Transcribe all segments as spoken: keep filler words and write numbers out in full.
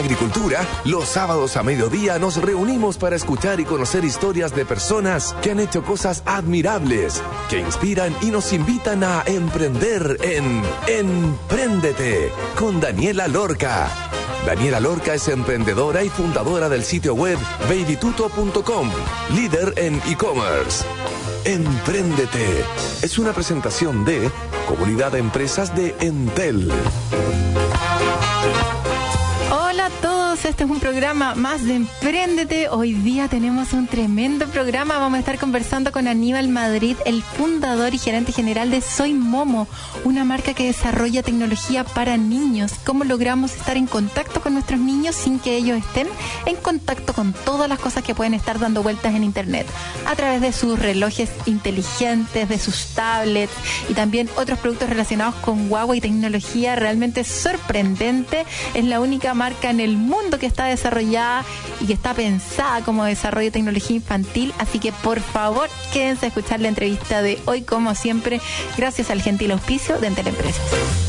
agricultura, los sábados a mediodía nos reunimos para escuchar y conocer historias de personas que han hecho cosas admirables, que inspiran y nos invitan a emprender en Empréndete con Daniela Lorca. Daniela Lorca es emprendedora y fundadora del sitio web baby tuto punto com, líder en e-commerce. Empréndete es una presentación de Comunidad de Empresas de Entel. Hola a todos, este es un programa más de Empréndete. Hoy día tenemos un tremendo programa. Vamos a estar conversando con Aníbal Madrid, el fundador y gerente general de Soy Momo, una marca que desarrolla tecnología para niños. ¿Cómo logramos estar en contacto con nuestros niños sin que ellos estén en contacto con todas las cosas que pueden estar dando vueltas en internet? A través de sus relojes inteligentes, de sus tablets y también otros productos relacionados con Huawei y tecnología realmente sorprendente. Es la única marca en el mundo que está desarrollada y que está pensada como desarrollo de tecnología infantil, así que por favor quédense a escuchar la entrevista de hoy, como siempre, gracias al gentil auspicio de Entel Empresas.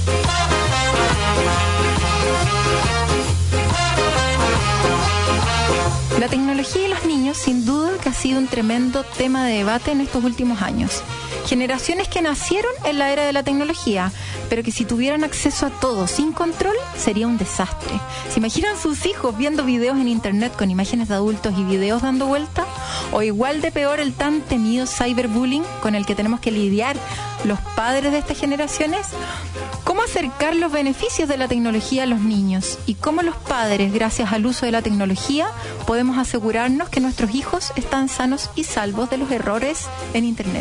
La tecnología y los niños, sin duda, que ha sido un tremendo tema de debate en estos últimos años. Generaciones que nacieron en la era de la tecnología, pero que si tuvieran acceso a todo sin control, sería un desastre. ¿Se imaginan sus hijos viendo videos en internet con imágenes de adultos y videos dando vuelta? O igual de peor, el tan temido cyberbullying con el que tenemos que lidiar los padres de estas generaciones. ¿Cómo acercar los beneficios de la tecnología a los niños? Y cómo los padres, gracias al uso de la tecnología, podemos asegurarnos que nuestros hijos están sanos y salvos de los errores en internet.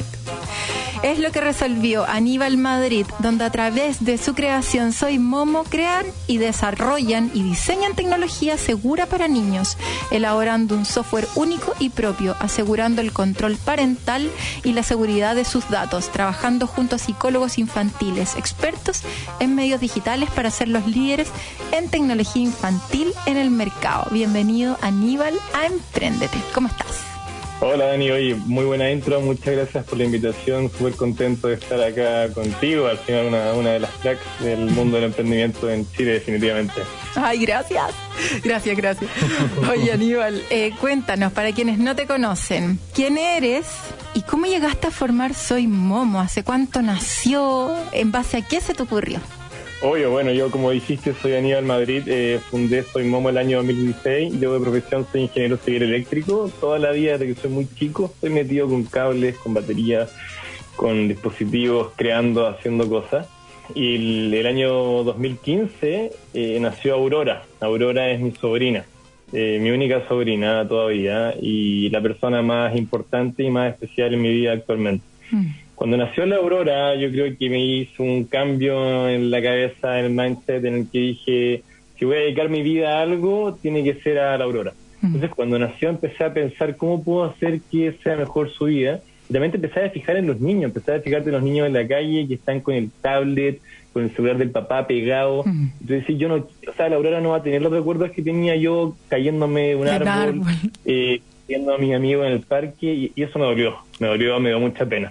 Es lo que resolvió Aníbal Madrid, donde a través de su creación Soy Momo crean y desarrollan y diseñan tecnología segura para niños, elaborando un software único y propio, asegurando el control parental y la seguridad de sus datos, trabajando junto a psicólogos infantiles, expertos en medios digitales para ser los líderes en tecnología infantil en el mercado. Bienvenido, Aníbal, a Empréndete. ¿Cómo estás? Hola Dani, oye, muy buena intro, muchas gracias por la invitación, súper contento de estar acá contigo, al final una, una de las cracks del mundo del emprendimiento en Chile, definitivamente. Ay, gracias, gracias, gracias. Oye Aníbal, eh, cuéntanos, para quienes no te conocen, ¿quién eres y cómo llegaste a formar Soy Momo? ¿Hace cuánto nació? ¿En base a qué se te ocurrió? Obvio, bueno, yo como dijiste soy Aníbal Madrid, eh, fundé Soy Momo el año dos mil dieciséis, yo de profesión soy ingeniero civil eléctrico, toda la vida desde que soy muy chico estoy metido con cables, con baterías, con dispositivos, creando, haciendo cosas, y el, el año dos mil quince eh, nació Aurora. Aurora es mi sobrina, eh, mi única sobrina todavía, y la persona más importante y más especial en mi vida actualmente. Mm. Cuando nació la Aurora, yo creo que me hizo un cambio en la cabeza, en el mindset, en el que dije, si voy a dedicar mi vida a algo, tiene que ser a la Aurora. Entonces, cuando nació, empecé a pensar cómo puedo hacer que sea mejor su vida. Y también te empecé a fijar en los niños, empecé a fijarte en los niños en la calle que están con el tablet, con el celular del papá pegado. Uh-huh. Entonces, yo no, o sea, la Aurora no va a tener los recuerdos que tenía yo cayéndome de un árbol, árbol. Eh, viendo a mis amigos en el parque, y, y eso me dolió, me dolió, me dio mucha pena.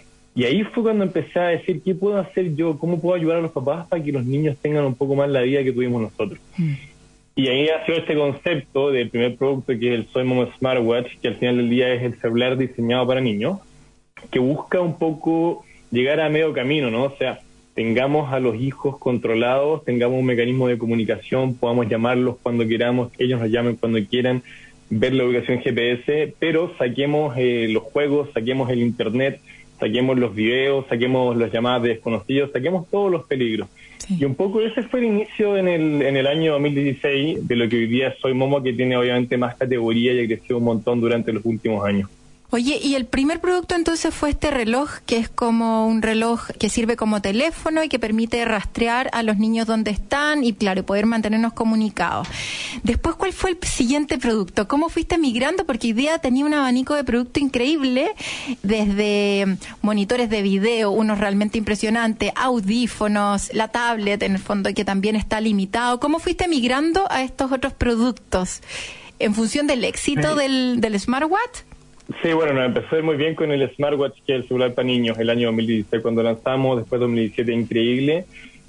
Y ahí fue cuando empecé a decir, ¿qué puedo hacer yo? ¿Cómo puedo ayudar a los papás para que los niños tengan un poco más la vida que tuvimos nosotros? Mm. Y ahí nació este concepto del primer producto, que es el Soy Momo Smartwatch, que al final del día es el celular diseñado para niños, que busca un poco llegar a medio camino, ¿no? O sea, tengamos a los hijos controlados, tengamos un mecanismo de comunicación, podamos llamarlos cuando queramos, que ellos nos llamen cuando quieran, ver la ubicación G P S, pero saquemos eh, los juegos, saquemos el internet, saquemos los videos, saquemos las llamadas de desconocidos, saquemos todos los peligros. Sí. Y un poco ese fue el inicio en el en el año dos mil dieciséis de lo que hoy día Soy Momo, que tiene obviamente más categoría y ha crecido un montón durante los últimos años. Oye, y el primer producto entonces fue este reloj, que es como un reloj que sirve como teléfono y que permite rastrear a los niños donde están y, claro, poder mantenernos comunicados. Después, ¿cuál fue el siguiente producto? ¿Cómo fuiste migrando? Porque hoy día tenía un abanico de producto increíble, desde monitores de video, unos realmente impresionantes, audífonos, la tablet, en el fondo, que también está limitado. ¿Cómo fuiste migrando a estos otros productos? ¿En función del éxito sí. del, del smartwatch? Sí, bueno, nos empezó muy bien con el smartwatch, que es el celular para niños, el año dos mil dieciséis cuando lanzamos, después dos mil diecisiete increíble,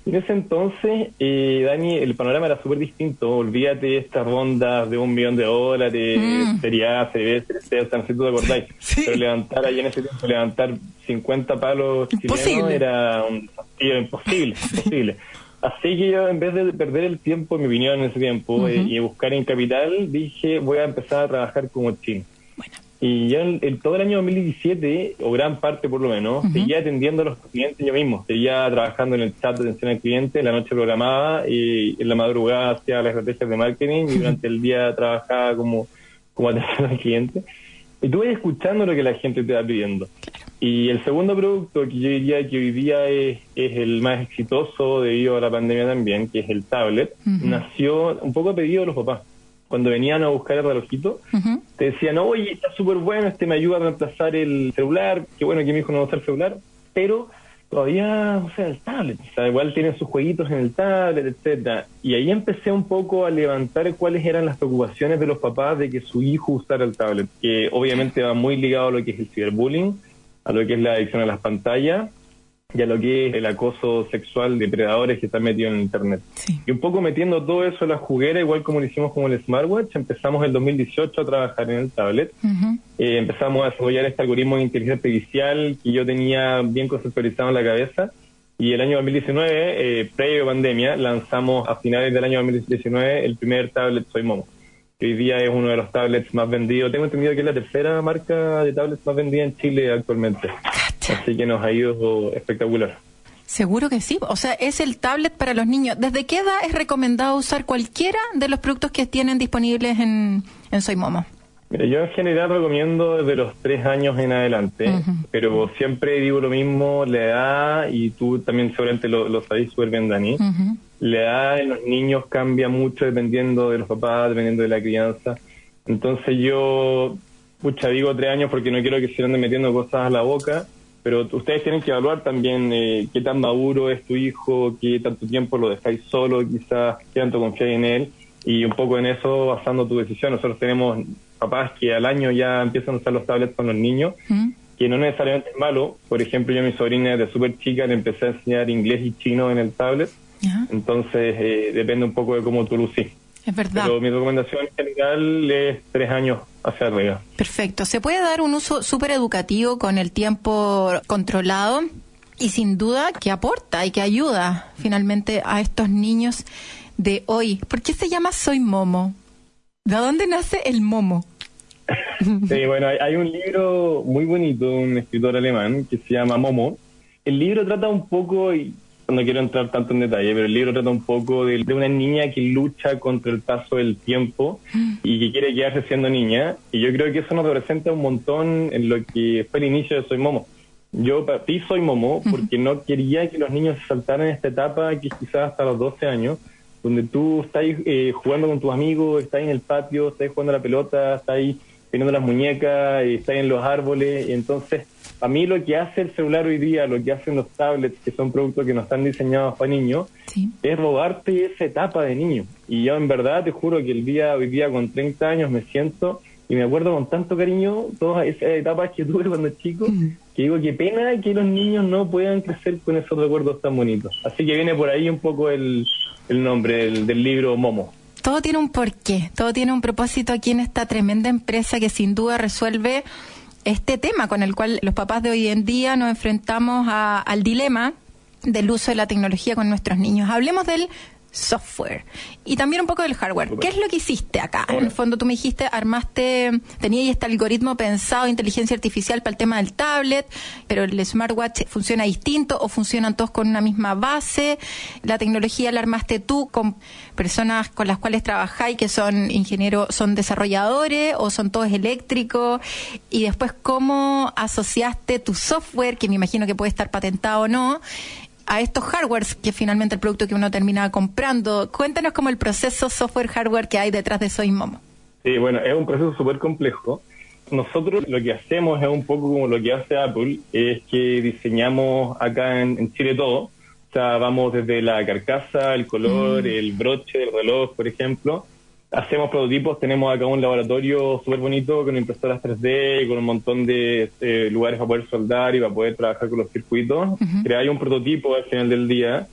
En ese entonces, eh, Dani, el panorama era súper distinto. Olvídate de estas rondas de un millón de dólares, mm. Serie A, Serie B, Serie C, o sea, no sé si tú te acordáis. Sí. Pero levantar ahí en ese tiempo, levantar cincuenta palos imposible. Chilenos era un desafío imposible, imposible. Así que yo, en vez de perder el tiempo, en mi opinión, en ese tiempo, uh-huh. eh, y buscar en capital, dije, voy a empezar a trabajar como chino. Bueno. Y yo en, en todo el año dos mil diecisiete, o gran parte por lo menos, uh-huh. seguía atendiendo a los clientes yo mismo. Seguía trabajando en el chat de atención al cliente, la noche programaba, y en la madrugada hacía las estrategias de marketing, y durante el día trabajaba como, como atención al cliente. Y tú vas escuchando lo que la gente te va pidiendo. Y el segundo producto que yo diría que hoy día es, es el más exitoso debido a la pandemia también, que es el tablet, uh-huh. nació un poco a pedido de los papás. Cuando venían a buscar el relojito, uh-huh. te decían, oye, está súper bueno, este me ayuda a reemplazar el celular, qué bueno que mi hijo no va a usar el celular, pero todavía usa el tablet, o sea, igual tienen sus jueguitos en el tablet, etcétera. Y ahí empecé un poco a levantar cuáles eran las preocupaciones de los papás de que su hijo usara el tablet, que obviamente va muy ligado a lo que es el ciberbullying, a lo que es la adicción a las pantallas y a lo que es el acoso sexual de predadores que están metidos en internet. Sí. Y un poco metiendo todo eso en la juguera, igual como lo hicimos con el smartwatch, empezamos el dos mil dieciocho a trabajar en el tablet. Uh-huh. Eh, empezamos a desarrollar este algoritmo de inteligencia artificial que yo tenía bien conceptualizado en la cabeza. Y el año dos mil diecinueve, eh, previo a pandemia, lanzamos a finales del año dos mil diecinueve el primer tablet Soy Momo, que hoy día es uno de los tablets más vendidos. Tengo entendido que es la tercera marca de tablets más vendida en Chile actualmente. Así que nos ha ido espectacular. Seguro que sí. O sea, es el tablet para los niños. ¿Desde qué edad es recomendado usar cualquiera de los productos que tienen disponibles en, en Soy Momo? Mira, yo en general recomiendo desde los tres años en adelante, uh-huh. pero siempre digo lo mismo, la edad, y tú también seguramente lo, lo sabés súper bien, Dani, uh-huh. la edad en los niños cambia mucho dependiendo de los papás, dependiendo de la crianza. Entonces yo, pucha, digo tres años porque no quiero que se anden metiendo cosas a la boca, pero ustedes tienen que evaluar también eh, qué tan maduro es tu hijo, qué tanto tiempo lo dejáis solo, quizás qué tanto confiáis en él, y un poco en eso basando tu decisión. Nosotros tenemos papás que al año ya empiezan a usar los tablets con los niños, ¿Mm? que no necesariamente es malo. Por ejemplo, yo a mi sobrina desde súper chica le empecé a enseñar inglés y chino en el tablet, uh-huh. entonces eh, depende un poco de cómo tú lucís. Es verdad. Pero mi recomendación en general es tres años hacia arriba. Perfecto. Se puede dar un uso súper educativo con el tiempo controlado y sin duda que aporta y que ayuda finalmente a estos niños de hoy. ¿Por qué se llama Soy Momo? ¿De dónde nace el momo? Sí, bueno, hay, hay un libro muy bonito de un escritor alemán que se llama Momo. El libro trata un poco, y no quiero entrar tanto en detalle, pero el libro trata un poco de, de una niña que lucha contra el paso del tiempo y que quiere quedarse siendo niña. Y yo creo que eso nos representa un montón en lo que fue el inicio de Soy Momo. Yo para ti Soy Momo porque no quería que los niños se saltaran esta etapa que quizás hasta los doce años, donde tú estás eh, jugando con tus amigos, estás en el patio, estás jugando a la pelota, estás ahí teniendo las muñecas, estás en los árboles, y entonces a mí lo que hace el celular hoy día, lo que hacen los tablets, que son productos que no están diseñados para niños, sí. es robarte esa etapa de niño. Y yo en verdad te juro que el día hoy día con treinta años me siento y me acuerdo con tanto cariño todas esas etapas que tuve cuando chico, mm. que digo, qué pena que los niños no puedan crecer con esos recuerdos tan bonitos. Así que viene por ahí un poco el, el nombre del, del libro Momo. Todo tiene un porqué, todo tiene un propósito aquí en esta tremenda empresa que sin duda resuelve este tema con el cual los papás de hoy en día nos enfrentamos a, al dilema del uso de la tecnología con nuestros niños. Hablemos del software y también un poco del hardware. ¿Qué es lo que hiciste acá? En el fondo tú me dijiste, armaste, tenías este algoritmo pensado, inteligencia artificial para el tema del tablet, pero el smartwatch funciona distinto o funcionan todos con una misma base. La tecnología la armaste tú con personas con las cuales trabajáis que son ingenieros, son desarrolladores o son todos eléctricos, y después cómo asociaste tu software, que me imagino que puede estar patentado o no, a estos hardwares, que finalmente el producto que uno termina comprando. Cuéntanos como el proceso software-hardware que hay detrás de Soy Momo. Sí, bueno, es un proceso súper complejo. Nosotros lo que hacemos es un poco como lo que hace Apple, es que diseñamos acá en, en Chile todo. O sea, vamos desde la carcasa, el color, mm. el broche del reloj, por ejemplo. Hacemos prototipos, tenemos acá un laboratorio súper bonito con impresoras tres D y con un montón de eh, lugares para poder soldar y para poder trabajar con los circuitos. Uh-huh. Creáis un prototipo al final del día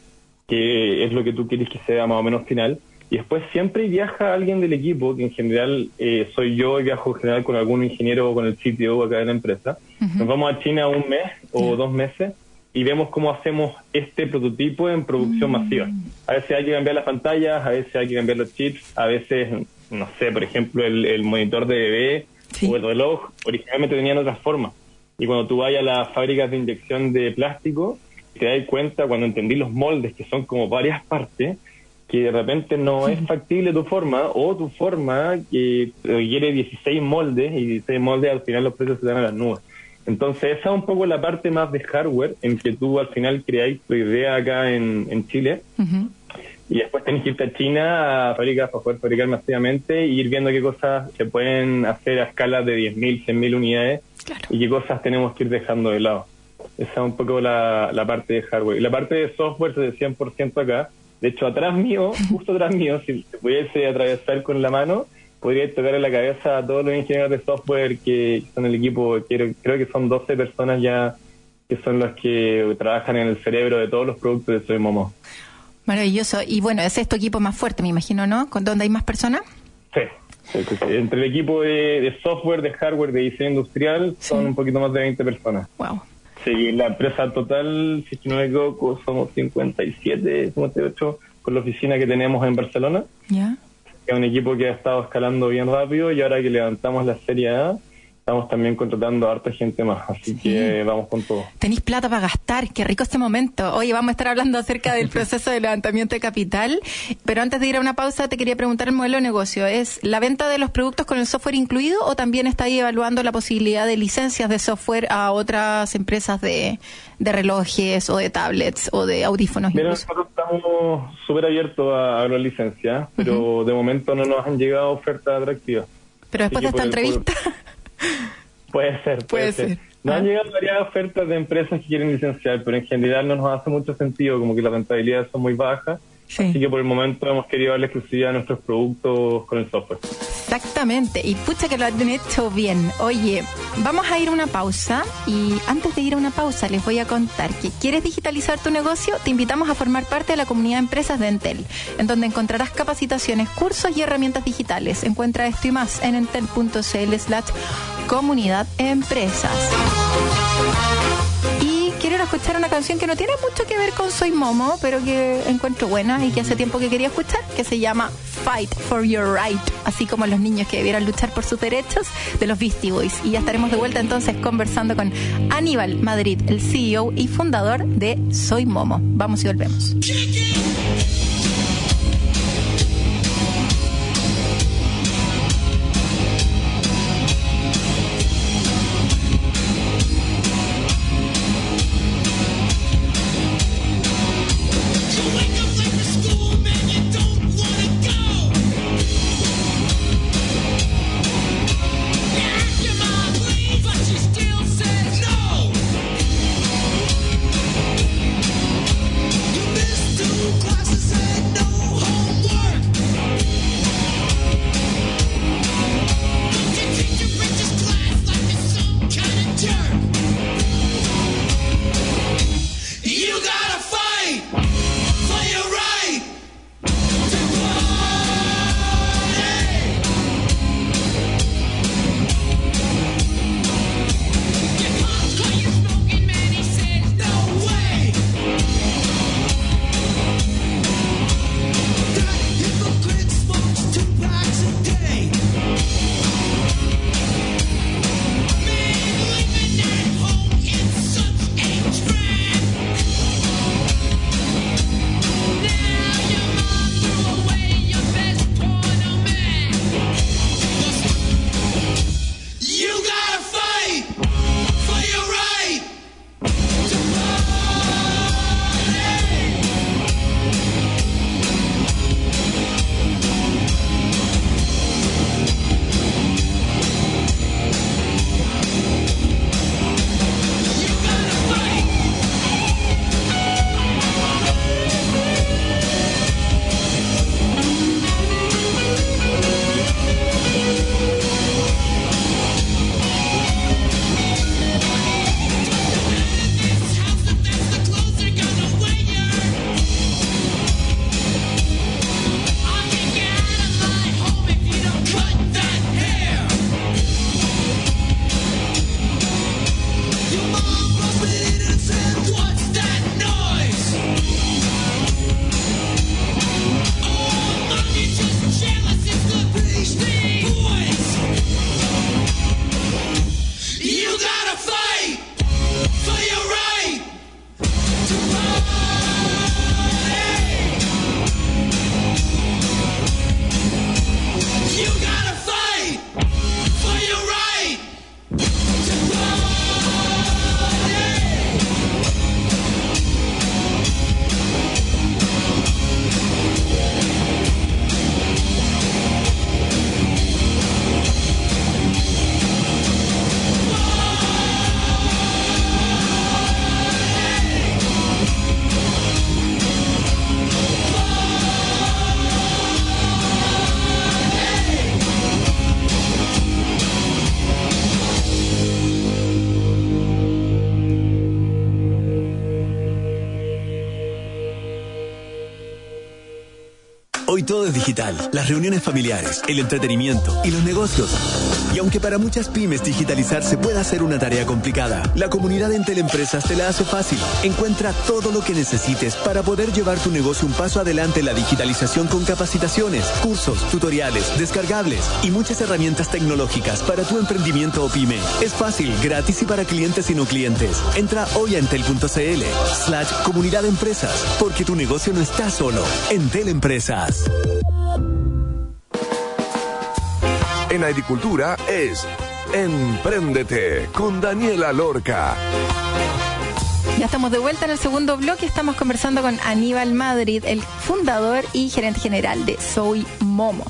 que es lo que tú quieres que sea más o menos final. Y después siempre viaja alguien del equipo, que en general eh, soy yo, y viajo en general con algún ingeniero o con el C T O acá de la empresa. Uh-huh. Nos vamos a China un mes o yeah. dos meses y vemos cómo hacemos este prototipo en producción uh-huh. masiva. A veces hay que cambiar las pantallas, a veces hay que cambiar los chips, a veces, no sé, por ejemplo, el, el monitor de bebé sí. o el reloj originalmente tenían otras formas. Y cuando tú vayas a las fábricas de inyección de plástico, te das cuenta, cuando entendí los moldes, que son como varias partes, que de repente no es factible tu forma, o tu forma que requiere dieciséis moldes, y dieciséis moldes al final los precios se dan a las nubes. Entonces esa es un poco la parte más de hardware, en que tú al final creáis tu idea acá en, en Chile, uh-huh. y después tenés que irte a China a fábricas para poder fabricar masivamente, y ir viendo qué cosas se pueden hacer a escalas de diez mil, cien mil unidades, claro. y qué cosas tenemos que ir dejando de lado. Esa es un poco la, la parte de hardware. Y la parte de software se de cien por ciento acá. De hecho, atrás mío, justo atrás mío, si se pudiese atravesar con la mano, podría tocar en la cabeza a todos los ingenieros de software que son el equipo. Creo, creo que son doce personas ya que son los que trabajan en el cerebro de todos los productos de Soy Momo. Maravilloso. Y bueno, ese es tu equipo más fuerte, me imagino, ¿no? ¿Con dónde hay más personas? Sí. Sí, sí, sí. Entre el equipo de, de software, de hardware, de diseño industrial, son sí. un poquito más de veinte personas. Wow. Sí, la empresa total, si no me equivoco, somos cincuenta y siete, cincuenta y ocho, con la oficina que tenemos en Barcelona. Ya. Yeah. Es un equipo que ha estado escalando bien rápido, y ahora que levantamos la Serie A, estamos también contratando a harta gente más, así sí. que vamos con todo. Tenéis plata para gastar, qué rico este momento. Oye, vamos a estar hablando acerca del proceso de levantamiento de capital, pero antes de ir a una pausa te quería preguntar el modelo de negocio. ¿Es la venta de los productos con el software incluido, o también estáis evaluando la posibilidad de licencias de software a otras empresas de, de relojes o de tablets o de audífonos? Mira, nosotros estamos súper abiertos a, a las licencias, pero uh-huh. de momento no nos han llegado ofertas atractivas. Pero después de esta entrevista... Puede ser, puede, puede ser. ser. Nos ah. han llegado varias ofertas de empresas que quieren licenciar, pero en general no nos hace mucho sentido, como que las rentabilidades son muy bajas. Sí. Así que por el momento hemos querido darle exclusividad a nuestros productos con el software. Exactamente, y pucha que lo han hecho bien. Oye, vamos a ir a una pausa, y antes de ir a una pausa les voy a contar que ¿quieres digitalizar tu negocio? Te invitamos a formar parte de la comunidad de empresas de Entel, en donde encontrarás capacitaciones, cursos y herramientas digitales. Encuentra esto y más en entel.cl slash comunidad empresas. Y quiero ir a escuchar una canción que no tiene mucho que ver con Soy Momo, pero que encuentro buena y que hace tiempo que quería escuchar, que se llama Fight for Your Right, así como los niños que debieran luchar por sus derechos, de los Beastie Boys. Y ya estaremos de vuelta entonces conversando con Aníbal Madrid, el C E O y fundador de Soy Momo. Vamos y volvemos. Classes Hoy todo es digital, las reuniones familiares, el entretenimiento y los negocios. Y aunque para muchas pymes digitalizarse pueda ser una tarea complicada, la comunidad Entel Empresas te la hace fácil. Encuentra todo lo que necesites para poder llevar tu negocio un paso adelante en la digitalización con capacitaciones, cursos, tutoriales, descargables y muchas herramientas tecnológicas para tu emprendimiento o pyme. Es fácil, gratis y para clientes y no clientes. Entra hoy a entel.cl slash comunidad empresas, porque tu negocio no está solo. Entel Empresas. En agricultura es Empréndete con Daniela Lorca. Ya estamos de vuelta en el segundo bloque. Estamos conversando con Aníbal Madrid, el fundador y gerente general de Soy Momo.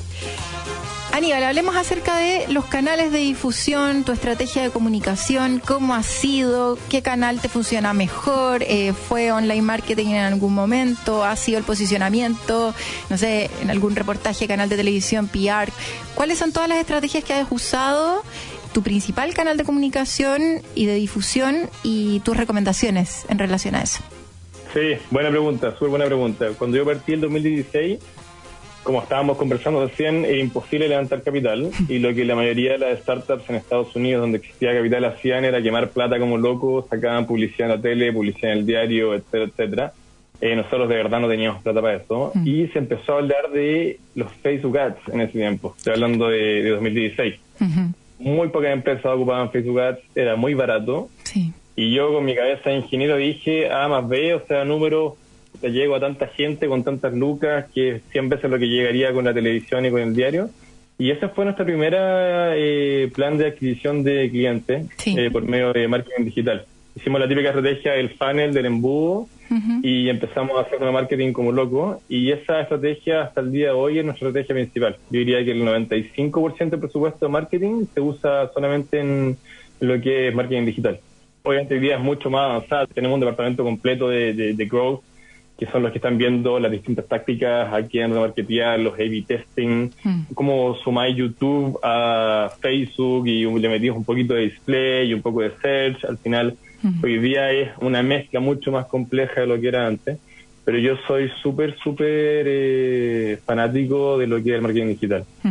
Aníbal, hablemos acerca de los canales de difusión, tu estrategia de comunicación, cómo ha sido, qué canal te funciona mejor, eh, fue online marketing en algún momento, ha sido el posicionamiento, no sé, en algún reportaje, canal de televisión, P R. ¿Cuáles son todas las estrategias que has usado, tu principal canal de comunicación y de difusión y tus recomendaciones en relación a eso? Sí, buena pregunta, súper buena pregunta. Cuando yo partí en dos mil dieciséis, como estábamos conversando recién, era imposible levantar capital, y lo que la mayoría de las startups en Estados Unidos donde existía capital hacían era quemar plata como locos, sacaban publicidad en la tele, publicidad en el diario, etcétera, etcétera. Eh, nosotros de verdad no teníamos plata para eso, mm. y se empezó a hablar de los Facebook Ads en ese tiempo. Estoy hablando de, de dos mil dieciséis. Uh-huh. Muy pocas empresas ocupaban Facebook Ads, era muy barato, sí. Y yo con mi cabeza de ingeniero dije A más B, o sea, números, te llego a tanta gente con tantas lucas que cien veces lo que llegaría con la televisión y con el diario. Y esa fue nuestra primera eh, plan de adquisición de clientes, sí. eh, por medio de marketing digital. Hicimos la típica estrategia del funnel, del embudo, uh-huh. y empezamos a hacer una marketing como loco, y esa estrategia hasta el día de hoy es nuestra estrategia principal. Yo diría que el noventa y cinco por ciento del presupuesto de marketing se usa solamente en lo que es marketing digital. Obviamente hoy día es mucho más avanzado, tenemos un departamento completo de, de, de growth, que son los que están viendo las distintas tácticas, a quién remarketear, los A B testing, mm. cómo sumáis YouTube a Facebook y le metís un poquito de display y un poco de search. Al final, mm. hoy día es una mezcla mucho más compleja de lo que era antes, pero yo soy súper, súper eh, fanático de lo que es el marketing digital. Mm.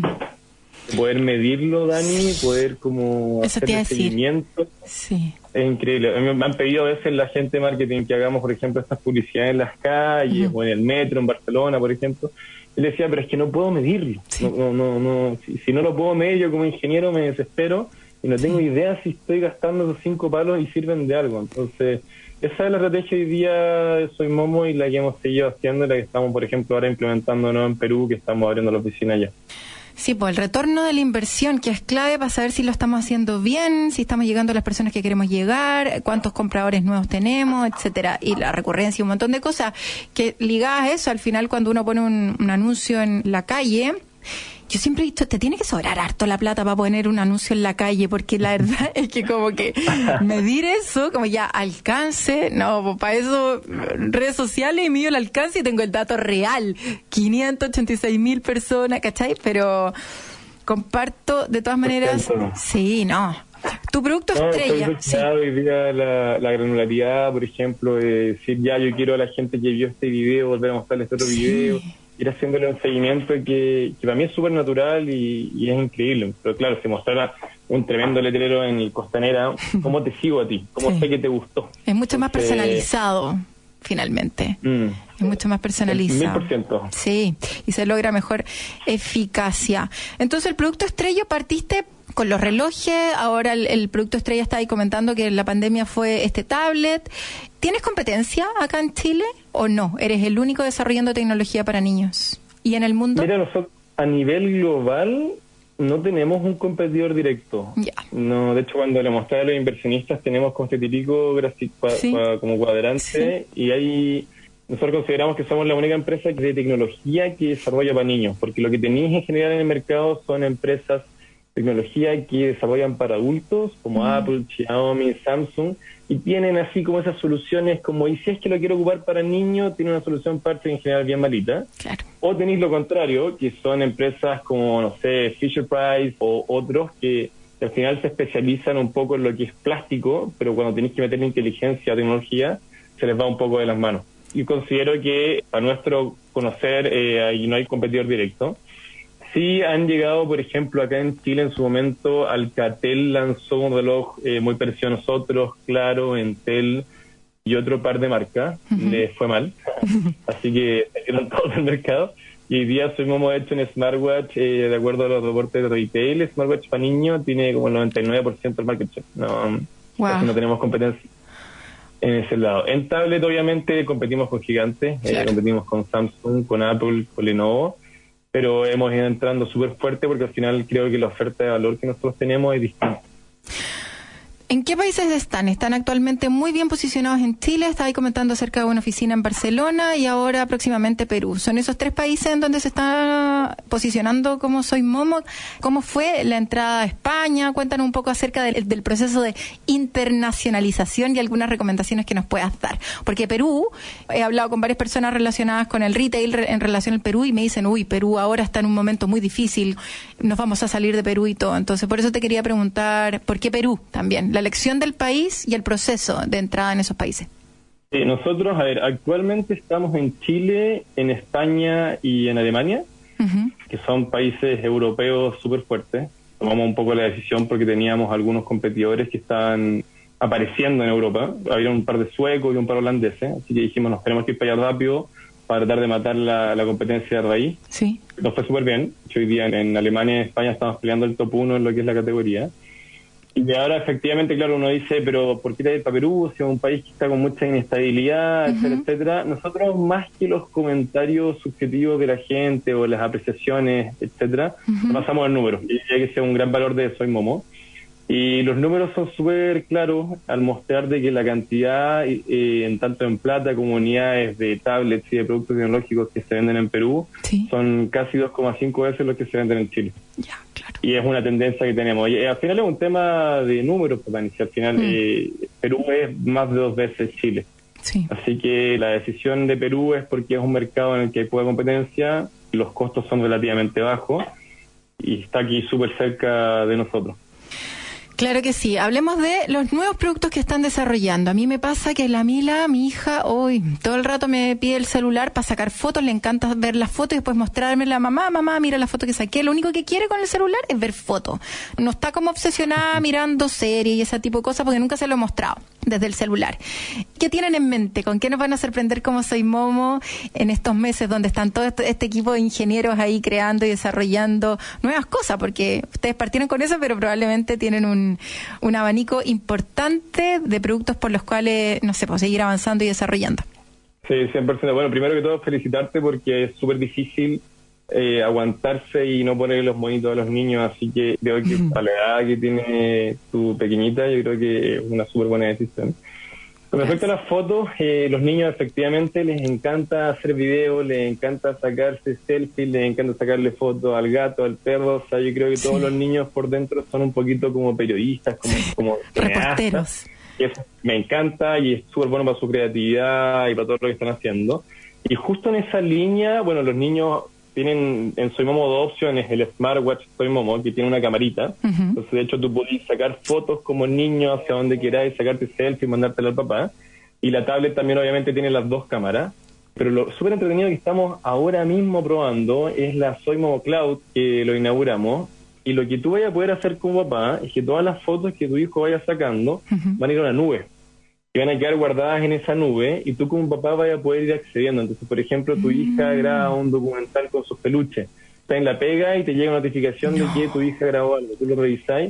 Poder medirlo, Dani, poder como Eso hacer el seguimiento. Sí. Es increíble. A mí me han pedido a veces la gente de marketing que hagamos, por ejemplo, estas publicidades en las calles, uh-huh. o en el metro, en Barcelona, por ejemplo. Y le decía, pero es que no puedo medirlo. Sí. No, no, no. Si, si no lo puedo medir, yo como ingeniero me desespero y no tengo sí. idea si estoy gastando esos cinco palos y sirven de algo. Entonces, esa es la estrategia hoy día de Soy Momo y la que hemos seguido haciendo, la que estamos, por ejemplo, ahora implementando ¿no? en Perú, que estamos abriendo la oficina allá. Sí, pues el retorno de la inversión, que es clave para saber si lo estamos haciendo bien, si estamos llegando a las personas que queremos llegar, cuántos compradores nuevos tenemos, etcétera, y la recurrencia y un montón de cosas que ligadas a eso. Al final, cuando uno pone un, un anuncio en la calle, yo siempre he dicho, te tiene que sobrar harto la plata para poner un anuncio en la calle, porque la verdad es que como que medir eso, como ya alcance, no, pues para eso redes sociales y mido el alcance y tengo el dato real, quinientas ochenta y seis mil personas, ¿cachai? Pero comparto de todas maneras, sí, no. Tu producto no, estrella. Sí. Hoy día la, la granularidad, por ejemplo, de decir ya yo quiero a la gente que vio este video volver a mostrarle este otro sí. video. Ir haciéndole un seguimiento que, que para mí es súper natural y, y es increíble. Pero claro, si mostrara un tremendo letrero en el Costanera, ¿cómo te sigo a ti? ¿Cómo sí. sé que te gustó? Es mucho Entonces, más personalizado, finalmente. Mm, es mucho más personalizado. Mil por ciento. Sí, y se logra mejor eficacia. Entonces, el producto estrella partiste con los relojes, ahora el, el producto estrella está ahí comentando que la pandemia fue este tablet. ¿Tienes competencia acá en Chile o no? ¿Eres el único desarrollando tecnología para niños? ¿Y en el mundo? Mira, nosotros a nivel global no tenemos un competidor directo. Ya. No, de hecho, cuando le mostré a los inversionistas tenemos como este típico gráfico sí. como cuadrante sí. y ahí nosotros consideramos que somos la única empresa de tecnología que desarrolla para niños, porque lo que tenéis en general en el mercado son empresas tecnología que desarrollan para adultos, como mm. Apple, Xiaomi, Samsung, y tienen así como esas soluciones como, y si es que lo quiero ocupar para niños, tiene una solución parte en general bien malita. Claro. O tenéis lo contrario, que son empresas como, no sé, Fisher Price o otros que, que al final se especializan un poco en lo que es plástico, pero cuando tenéis que meterle inteligencia o tecnología, se les va un poco de las manos. Y considero que para nuestro conocer, eh, ahí no hay competidor directo. Sí han llegado, por ejemplo, acá en Chile en su momento, Alcatel lanzó un reloj eh, muy parecido a nosotros, Claro, Entel y otro par de marcas. Uh-huh. Les fue mal, así que salieron todos del mercado. Y hoy día Soy Momo ha hecho un smartwatch, eh, de acuerdo a los reportes de retail, el smartwatch para niños tiene como el noventa y nueve por ciento del market share. No, wow. No tenemos competencia en ese lado. En tablet, obviamente, competimos con gigantes, claro. eh, competimos con Samsung, con Apple, con Lenovo, pero hemos ido entrando súper fuerte porque al final creo que la oferta de valor que nosotros tenemos es distinta. ¿En qué países están? Están actualmente muy bien posicionados en Chile, estaba ahí comentando acerca de una oficina en Barcelona y ahora próximamente Perú. ¿Son esos tres países en donde se está posicionando como Soy Momo? ¿Cómo fue la entrada a España? Cuéntanos un poco acerca del, del proceso de internacionalización y algunas recomendaciones que nos puedas dar. Porque Perú, he hablado con varias personas relacionadas con el retail en relación al Perú y me dicen, uy, Perú ahora está en un momento muy difícil, nos vamos a salir de Perú y todo. Entonces, por eso te quería preguntar, ¿por qué Perú también? La elección del país y el proceso de entrada en esos países. Sí, nosotros, a ver, actualmente estamos en Chile, en España y en Alemania, uh-huh. que son países europeos súper fuertes. Tomamos un poco la decisión porque teníamos algunos competidores que estaban apareciendo en Europa. Había un par de suecos y un par de holandeses, así que dijimos, nos tenemos que ir para allá rápido para tratar de matar la, la competencia de raíz. Sí. Nos fue súper bien. Hoy día en Alemania y en España estamos peleando el top uno en lo que es la categoría. Y ahora, efectivamente, claro, uno dice, pero ¿por qué ir para Perú? Si es un país que está con mucha inestabilidad, uh-huh. etcétera, etcétera. Nosotros, más que los comentarios subjetivos de la gente o las apreciaciones, etcétera, uh-huh. pasamos al número. Y que sea un gran valor de Soy Momo. Y los números son súper claros al mostrar de que la cantidad, eh, en tanto en plata como unidades de tablets y de productos tecnológicos que se venden en Perú, sí. son casi dos coma cinco veces los que se venden en Chile. Ya, claro. Y es una tendencia que tenemos. Y al final es un tema de números, Dani. Al final mm. eh, Perú es más de dos veces Chile. Sí. Así que la decisión de Perú es porque es un mercado en el que hay poca competencia, los costos son relativamente bajos y está aquí súper cerca de nosotros. Claro que sí. Hablemos de los nuevos productos que están desarrollando. A mí me pasa que la Mila, mi hija, hoy todo el rato me pide el celular para sacar fotos, le encanta ver las fotos y después mostrarme la mamá, mamá, mira la foto que saqué. Lo único que quiere con el celular es ver fotos. No está como obsesionada mirando series y ese tipo de cosas porque nunca se lo he mostrado desde el celular. ¿Qué tienen en mente? ¿Con qué nos van a sorprender como Soy Momo en estos meses donde están todo este, este equipo de ingenieros ahí creando y desarrollando nuevas cosas? Porque ustedes partieron con eso, pero probablemente tienen un un abanico importante de productos por los cuales, no sé, pues seguir avanzando y desarrollando. Sí, cien por ciento. Bueno, primero que todo, felicitarte porque es súper difícil eh, aguantarse y no poner los monitos a los niños, así que creo que a la edad que tiene tu pequeñita, yo creo que es una súper buena decisión. Con respecto a las fotos, eh, los niños efectivamente les encanta hacer videos, les encanta sacarse selfies, les encanta sacarle fotos al gato, al perro. O sea, yo creo que todos sí. los niños por dentro son un poquito como periodistas, como, como reporteros. Y eso me encanta y es súper bueno para su creatividad y para todo lo que están haciendo. Y justo en esa línea, bueno, los niños tienen en Soy Momo dos opciones, el smartwatch Soy Momo, que tiene una camarita. Uh-huh. Entonces, de hecho, tú podés sacar fotos como niño hacia donde quieras, sacarte selfie y mandártela al papá. Y la tablet también, obviamente, tiene las dos cámaras. Pero lo súper entretenido que estamos ahora mismo probando es la Soy Momo Cloud, que lo inauguramos. Y lo que tú vayas a poder hacer como papá es que todas las fotos que tu hijo vaya sacando uh-huh. van a ir a una nube. Y van a quedar guardadas en esa nube y tú como papá vayas a poder ir accediendo. Entonces, por ejemplo, tu mm. hija graba un documental con sus peluches. Está en la pega y te llega una notificación no. de que tu hija grabó algo. Tú lo revisáis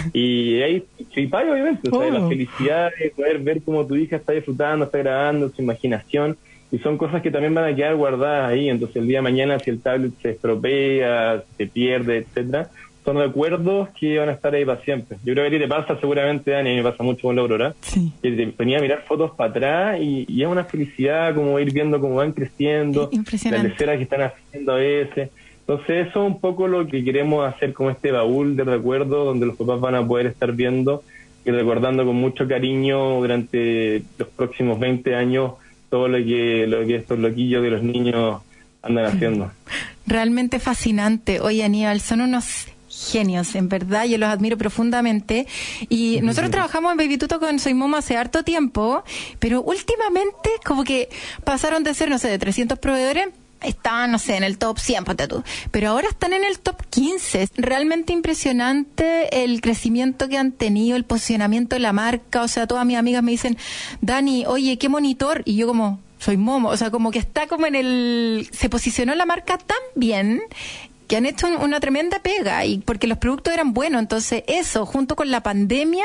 y ahí chipay, obviamente. O sea, oh. la felicidad de poder ver cómo tu hija está disfrutando, está grabando, su imaginación. Y son cosas que también van a quedar guardadas ahí. Entonces, el día de mañana, si el tablet se estropea, se pierde, etcétera, son recuerdos que van a estar ahí para siempre. Yo creo que a ti te pasa seguramente, Dani, a mí me pasa mucho con la Aurora, sí. que te venía a mirar fotos para atrás y, y es una felicidad como ir viendo cómo van creciendo, las leceras que están haciendo a veces. Entonces eso es un poco lo que queremos hacer como este baúl de recuerdos donde los papás van a poder estar viendo y recordando con mucho cariño durante los próximos veinte años todo lo que, lo que estos loquillos de los niños andan haciendo. Realmente fascinante. Oye, Aníbal, son unos genios, en verdad, yo los admiro profundamente y nosotros trabajamos en Baby Tuto con Soy Momo hace harto tiempo, pero últimamente como que pasaron de ser, no sé, de trescientos proveedores estaban, no sé, en el top cien, ponte tú, pero ahora están en el top quince. Es realmente impresionante el crecimiento que han tenido, el posicionamiento de la marca. O sea, todas mis amigas me dicen, Dani, oye, ¿qué monitor? Y yo como, soy Momo. O sea, como que está como en el... Se posicionó la marca tan bien que han hecho una tremenda pega, y porque los productos eran buenos. Entonces eso, junto con la pandemia,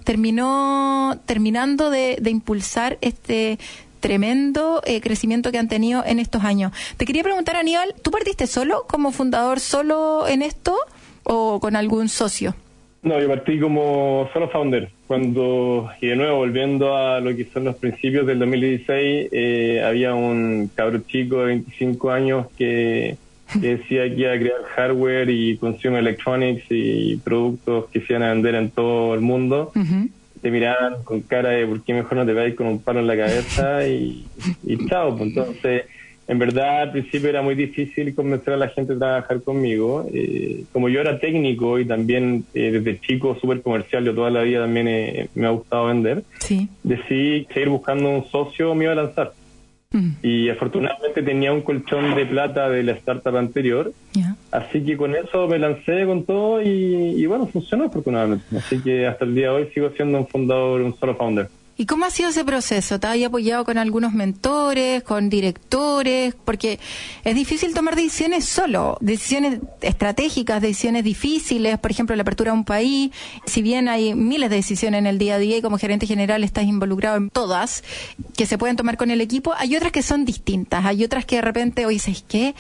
terminó terminando de, de impulsar este tremendo eh, crecimiento que han tenido en estos años. Te quería preguntar, Aníbal, ¿tú partiste solo como fundador, solo en esto, o con algún socio? No, yo partí como solo founder. Cuando, y de nuevo, volviendo a lo que son los principios del dos mil dieciséis, eh, había un cabro chico de veinticinco años que que decía que iba a crear hardware y consumer electronics y productos que se iban a vender en todo el mundo. Uh-huh. Te miraban con cara de ¿por qué mejor no te vais con un palo en la cabeza? y, y chao. Pues entonces, en verdad, al principio era muy difícil convencer a la gente de trabajar conmigo. Eh, como yo era técnico y también eh, desde chico súper comercial, yo toda la vida también eh, me ha gustado vender, sí. Decidí seguir buscando un socio, me iba a lanzar. Mm. Y afortunadamente tenía un colchón de plata de la startup anterior, yeah. Así que con eso me lancé con todo y, y bueno, funcionó afortunadamente. Así que hasta el día de hoy sigo siendo un fundador, un solo founder. ¿Y cómo ha sido ese proceso? ¿Te has apoyado con algunos mentores, con directores? Porque es difícil tomar decisiones solo, decisiones estratégicas, decisiones difíciles, por ejemplo, la apertura de un país. Si bien hay miles de decisiones en el día a día y como gerente general estás involucrado en todas, que se pueden tomar con el equipo, hay otras que son distintas, hay otras que de repente, oye, ¿sabes qué?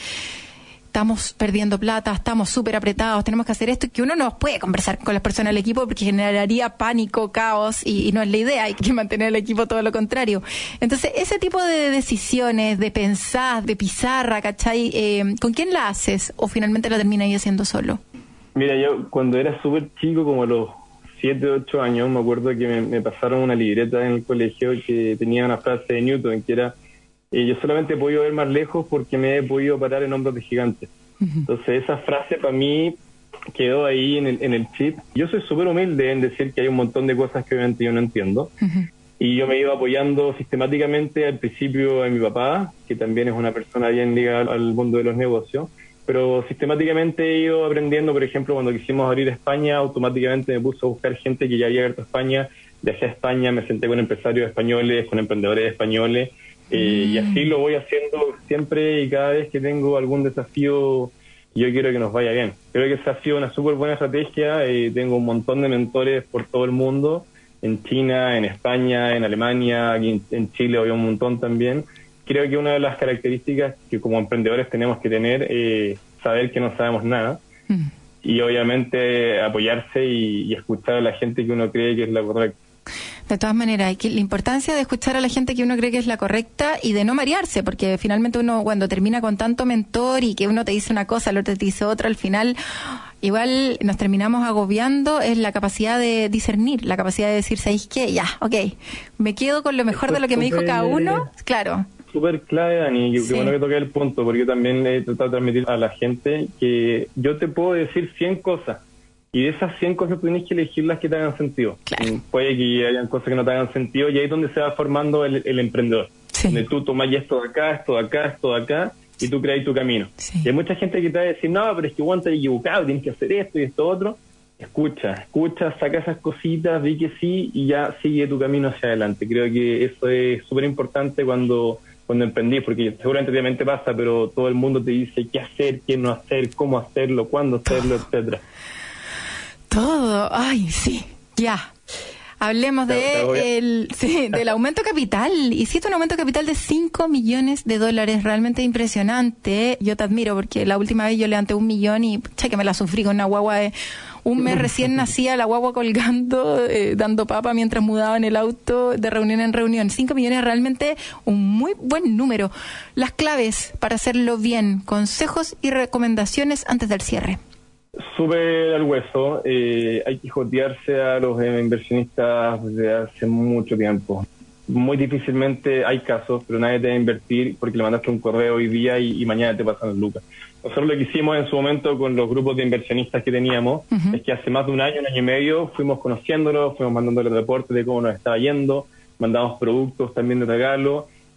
Estamos perdiendo plata, estamos súper apretados, tenemos que hacer esto, y que uno no puede conversar con las personas del equipo porque generaría pánico, caos, y, y no es la idea, hay que mantener el equipo todo lo contrario. Entonces, ese tipo de decisiones, de pensar, de pizarra, ¿cachai? Eh, ¿Con quién la haces o finalmente la terminas haciendo solo? Mira, yo cuando era súper chico, como a los siete, ocho años, me acuerdo que me, me pasaron una libreta en el colegio que tenía una frase de Newton, que era: y yo solamente he podido ver más lejos porque me he podido parar en hombros de gigantes. Uh-huh. Entonces esa frase para mí quedó ahí en el, en el chip. Yo soy súper humilde en decir que hay un montón de cosas que obviamente yo no entiendo. Uh-huh. Y yo me iba apoyando sistemáticamente al principio a mi papá, que también es una persona bien ligada al mundo de los negocios, pero sistemáticamente he ido aprendiendo. Por ejemplo, cuando quisimos abrir España, automáticamente me puse a buscar gente que ya había abierto España. Viajé a España, me senté con empresarios españoles, con emprendedores españoles. Eh, mm. Y así lo voy haciendo siempre, y cada vez que tengo algún desafío, yo quiero que nos vaya bien. Creo que esa ha sido una súper buena estrategia. Eh, tengo un montón de mentores por todo el mundo, en China, en España, en Alemania, aquí en, en Chile había un montón también. Creo que una de las características que como emprendedores tenemos que tener es eh, saber que no sabemos nada, mm. y obviamente apoyarse y, y escuchar a la gente que uno cree que es la correcta. De todas maneras, hay que, la importancia de escuchar a la gente que uno cree que es la correcta y de no marearse, porque finalmente uno cuando termina con tanto mentor y que uno te dice una cosa, el otro te dice otra, al final igual nos terminamos agobiando. Es la capacidad de discernir, la capacidad de decir, ¿sabéis qué? Ya, ok, me quedo con lo mejor de lo que me dijo cada uno, claro. Súper clave, Dani, que sí. Bueno que toqué el punto, porque yo también he tratado de transmitir a la gente que yo te puedo decir cien cosas, y de esas cien cosas tú tienes que elegir las que te hagan sentido. Claro. Puede que hayan cosas que no te hagan sentido, y ahí es donde se va formando el, el emprendedor. Sí. Donde tú tomas ya esto de acá, esto de acá, esto de acá, y tú creas tu camino. Sí. Y hay mucha gente que te va a decir, no, pero es que Juan te has equivocado, tienes que hacer esto y esto otro. Escucha, escucha, saca esas cositas, di que sí, y ya sigue tu camino hacia adelante. Creo que eso es súper importante cuando, cuando emprendí, porque seguramente obviamente pasa, pero todo el mundo te dice qué hacer, qué no hacer, cómo hacerlo, cuándo hacerlo, etcétera. Todo, ay, sí, ya. Hablemos de el, sí, del aumento capital. Hiciste un aumento capital de cinco millones de dólares, realmente impresionante. Yo te admiro porque la última vez yo levanté un millón y, che, que me la sufrí con una guagua de un mes recién nacía, la guagua colgando, eh, dando papa mientras mudaba en el auto de reunión en reunión. Cinco millones es realmente un muy buen número. Las claves para hacerlo bien, consejos y recomendaciones antes del cierre. Súper al hueso. Eh, hay que jotearse a los eh, inversionistas desde hace mucho tiempo. Muy difícilmente hay casos, pero nadie te va a invertir porque le mandaste un correo hoy día y, y mañana te pasan las lucas. Nosotros lo que hicimos en su momento con los grupos de inversionistas que teníamos, uh-huh. es que hace más de un año, un año y medio, fuimos conociéndolos, fuimos mandándoles reportes de cómo nos estaba yendo, mandamos productos también de regalo,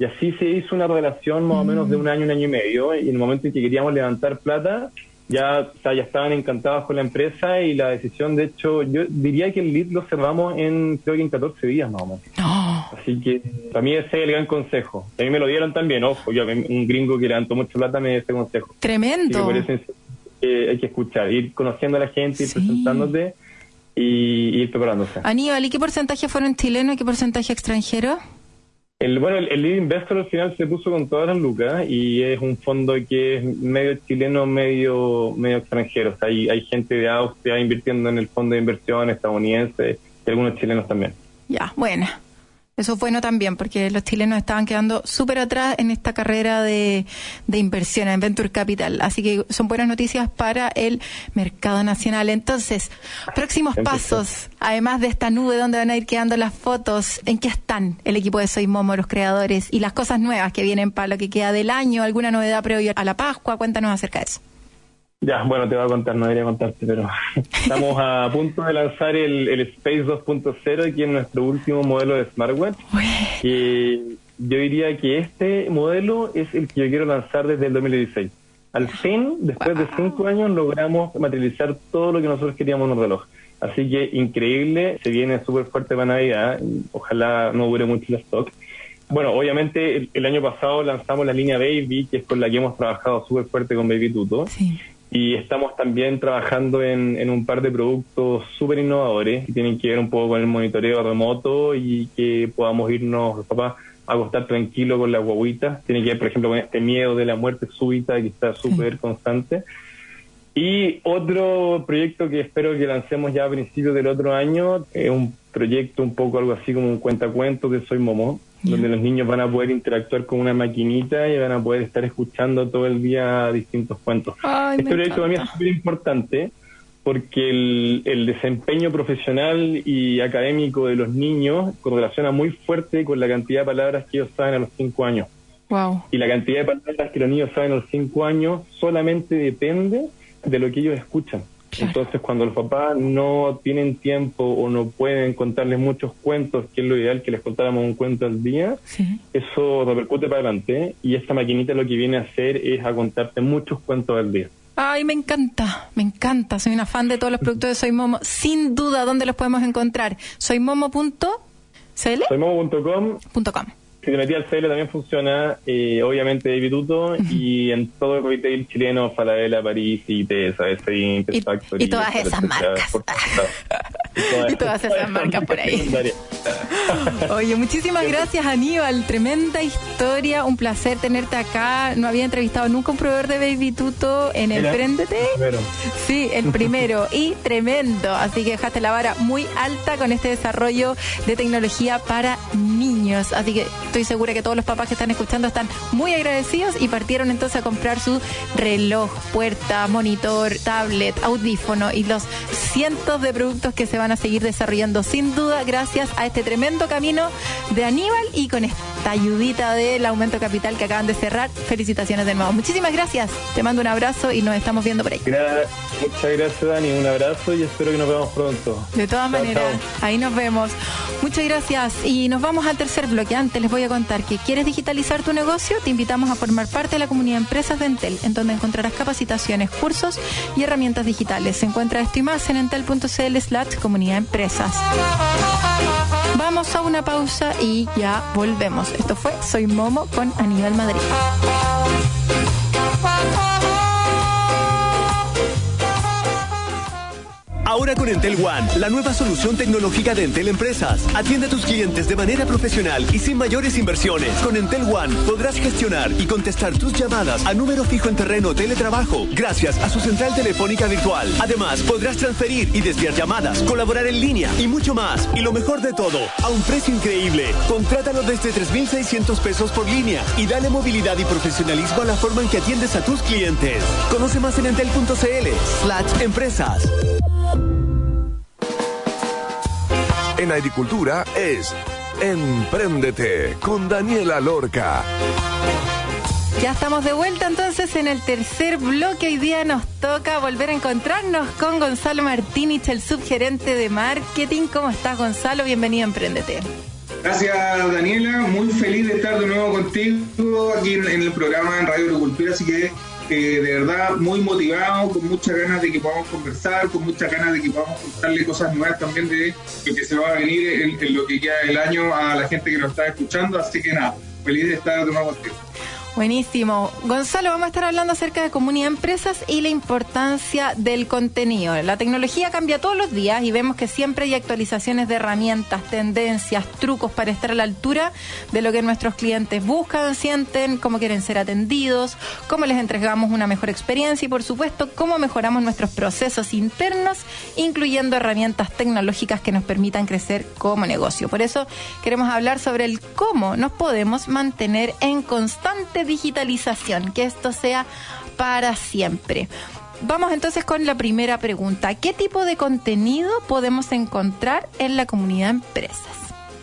Y así se hizo una relación más o menos de un año, un año y medio, y en el momento en que queríamos levantar plata, ya, o sea, ya estaban encantados con la empresa, y la decisión, de hecho, yo diría que el lead lo cerramos en, creo que en catorce días más o menos. No. Así que para mí ese es el gran consejo. A mí me lo dieron también, ojo, yo, un gringo que levantó mucha plata me dio ese consejo. Tremendo. Por eso eh, hay que escuchar, ir conociendo a la gente, ir Sí. presentándote y, y ir preparándose. Aníbal, ¿y qué porcentaje fueron chilenos y qué porcentaje extranjero? El, bueno, el, el lead investor al final se puso con todas las lucas, y es un fondo que es medio chileno, medio medio extranjero. O sea, hay, hay gente de Austria invirtiendo en el fondo de inversión estadounidense, y algunos chilenos también. Ya, bueno. Eso es bueno también, porque los chilenos estaban quedando súper atrás en esta carrera de, de inversión en Venture Capital. Así que son buenas noticias para el mercado nacional. Entonces, próximos pasos, además de esta nube donde van a ir quedando las fotos, ¿en qué están el equipo de Soy Momo, los creadores, y las cosas nuevas que vienen para lo que queda del año? ¿Alguna novedad previo a la Pascua? Cuéntanos acerca de eso. Ya, bueno, te voy a contar, no debería contarte, pero estamos a punto de lanzar el, el Space dos punto cero, que es nuestro último modelo de smartwatch. Y yo diría que este modelo es el que yo quiero lanzar desde el dos mil dieciséis. Al fin, después wow. de cinco años, logramos materializar todo lo que nosotros queríamos en un reloj. Así que increíble, se viene súper fuerte para Navidad, ojalá no dure mucho el stock. Bueno, obviamente el, el año pasado lanzamos la línea Baby, que es con la que hemos trabajado súper fuerte con Baby Tuto. Sí. Y estamos también trabajando en, en un par de productos súper innovadores que tienen que ver un poco con el monitoreo remoto, y que podamos irnos, los papás, a acostar tranquilo con las guaguitas. Tiene que ver, por ejemplo, con este miedo de la muerte súbita que está súper sí. constante. Y otro proyecto que espero que lancemos ya a principios del otro año, es un proyecto un poco algo así como un cuentacuentos de Soy Momo, yeah. donde los niños van a poder interactuar con una maquinita y van a poder estar escuchando todo el día distintos cuentos. Ay, este proyecto para mí es súper importante porque el, el desempeño profesional y académico de los niños correlaciona muy fuerte con la cantidad de palabras que ellos saben a los cinco años. Wow. Y la cantidad de palabras que los niños saben a los cinco años solamente depende de lo que ellos escuchan. Claro. Entonces, cuando los papás no tienen tiempo o no pueden contarles muchos cuentos, que es lo ideal que les contáramos un cuento al día, sí. eso repercute para adelante, y esta maquinita lo que viene a hacer es a contarte muchos cuentos al día. Ay, me encanta, me encanta. Soy una fan de todos los productos de Soy Momo. Sin duda, ¿dónde los podemos encontrar? soy momo punto c l soy momo punto com. .com. Si te metí al C L también funciona, eh, obviamente de Vituto, uh-huh. y en todo el retail chileno, Falabella, París, I T, S A S, Inter Factory. Y todas esas marcas. Y todas esas marcas por ahí. Oye, muchísimas gracias, Aníbal. Tremenda historia, un placer tenerte acá. No había entrevistado nunca un proveedor de Baby Tuto en Emprendete. Primero. Sí, el primero. Y tremendo. Así que dejaste la vara muy alta con este desarrollo de tecnología para niños. Así que estoy segura que todos los papás que están escuchando están muy agradecidos y partieron entonces a comprar su reloj, puerta, monitor, tablet, audífono y los cientos de productos que se van a seguir desarrollando sin duda gracias a este tremendo camino de Aníbal y con esta ayudita del aumento capital que acaban de cerrar. Felicitaciones de nuevo. Muchísimas gracias. Te mando un abrazo y nos estamos viendo por ahí. Gra- Muchas gracias, Dani. Un abrazo y espero que nos veamos pronto. De todas chao, maneras, chao. Ahí nos vemos. Muchas gracias. Y nos vamos al tercer bloque. Antes les voy a contar que ¿quieres digitalizar tu negocio? Te invitamos a formar parte de la comunidad de empresas de Entel, en donde encontrarás capacitaciones, cursos y herramientas digitales. Se encuentra esto y más en entel.cl slash comunidad empresas. Vamos a una pausa y ya volvemos. Esto fue Soy Momo con Aníbal Madrid. Ahora con Entel One, la nueva solución tecnológica de Entel Empresas. Atiende a tus clientes de manera profesional y sin mayores inversiones. Con Entel One podrás gestionar y contestar tus llamadas a número fijo en terreno o teletrabajo gracias a su central telefónica virtual. Además, podrás transferir y desviar llamadas, colaborar en línea y mucho más. Y lo mejor de todo, a un precio increíble. Contrátalo desde tres mil seiscientos pesos por línea y dale movilidad y profesionalismo a la forma en que atiendes a tus clientes. Conoce más en entel.cl slash empresas. En agricultura es Empréndete con Daniela Lorca. Ya estamos de vuelta entonces en el tercer bloque. Hoy día nos toca volver a encontrarnos con Gonzalo Martínez, el subgerente de marketing. ¿Cómo estás, Gonzalo? Bienvenido a Empréndete. Gracias, Daniela. Muy feliz de estar de nuevo contigo aquí en, en el programa en Radio Agricultura, así que eh, de verdad muy motivado, con muchas ganas de que podamos conversar, con muchas ganas de que podamos contarle cosas nuevas también de lo que se va a venir en, en lo que queda del año a la gente que nos está escuchando, así que nada, feliz de estar de nuevo contigo. Buenísimo. Gonzalo, vamos a estar hablando acerca de comunidad de empresas y la importancia del contenido. La tecnología cambia todos los días y vemos que siempre hay actualizaciones de herramientas, tendencias, trucos para estar a la altura de lo que nuestros clientes buscan, sienten, cómo quieren ser atendidos, cómo les entregamos una mejor experiencia y, por supuesto, cómo mejoramos nuestros procesos internos, incluyendo herramientas tecnológicas que nos permitan crecer como negocio. Por eso queremos hablar sobre el cómo nos podemos mantener en constante digitalización, que esto sea para siempre. Vamos entonces con la primera pregunta. ¿Qué tipo de contenido podemos encontrar en la comunidad de empresas?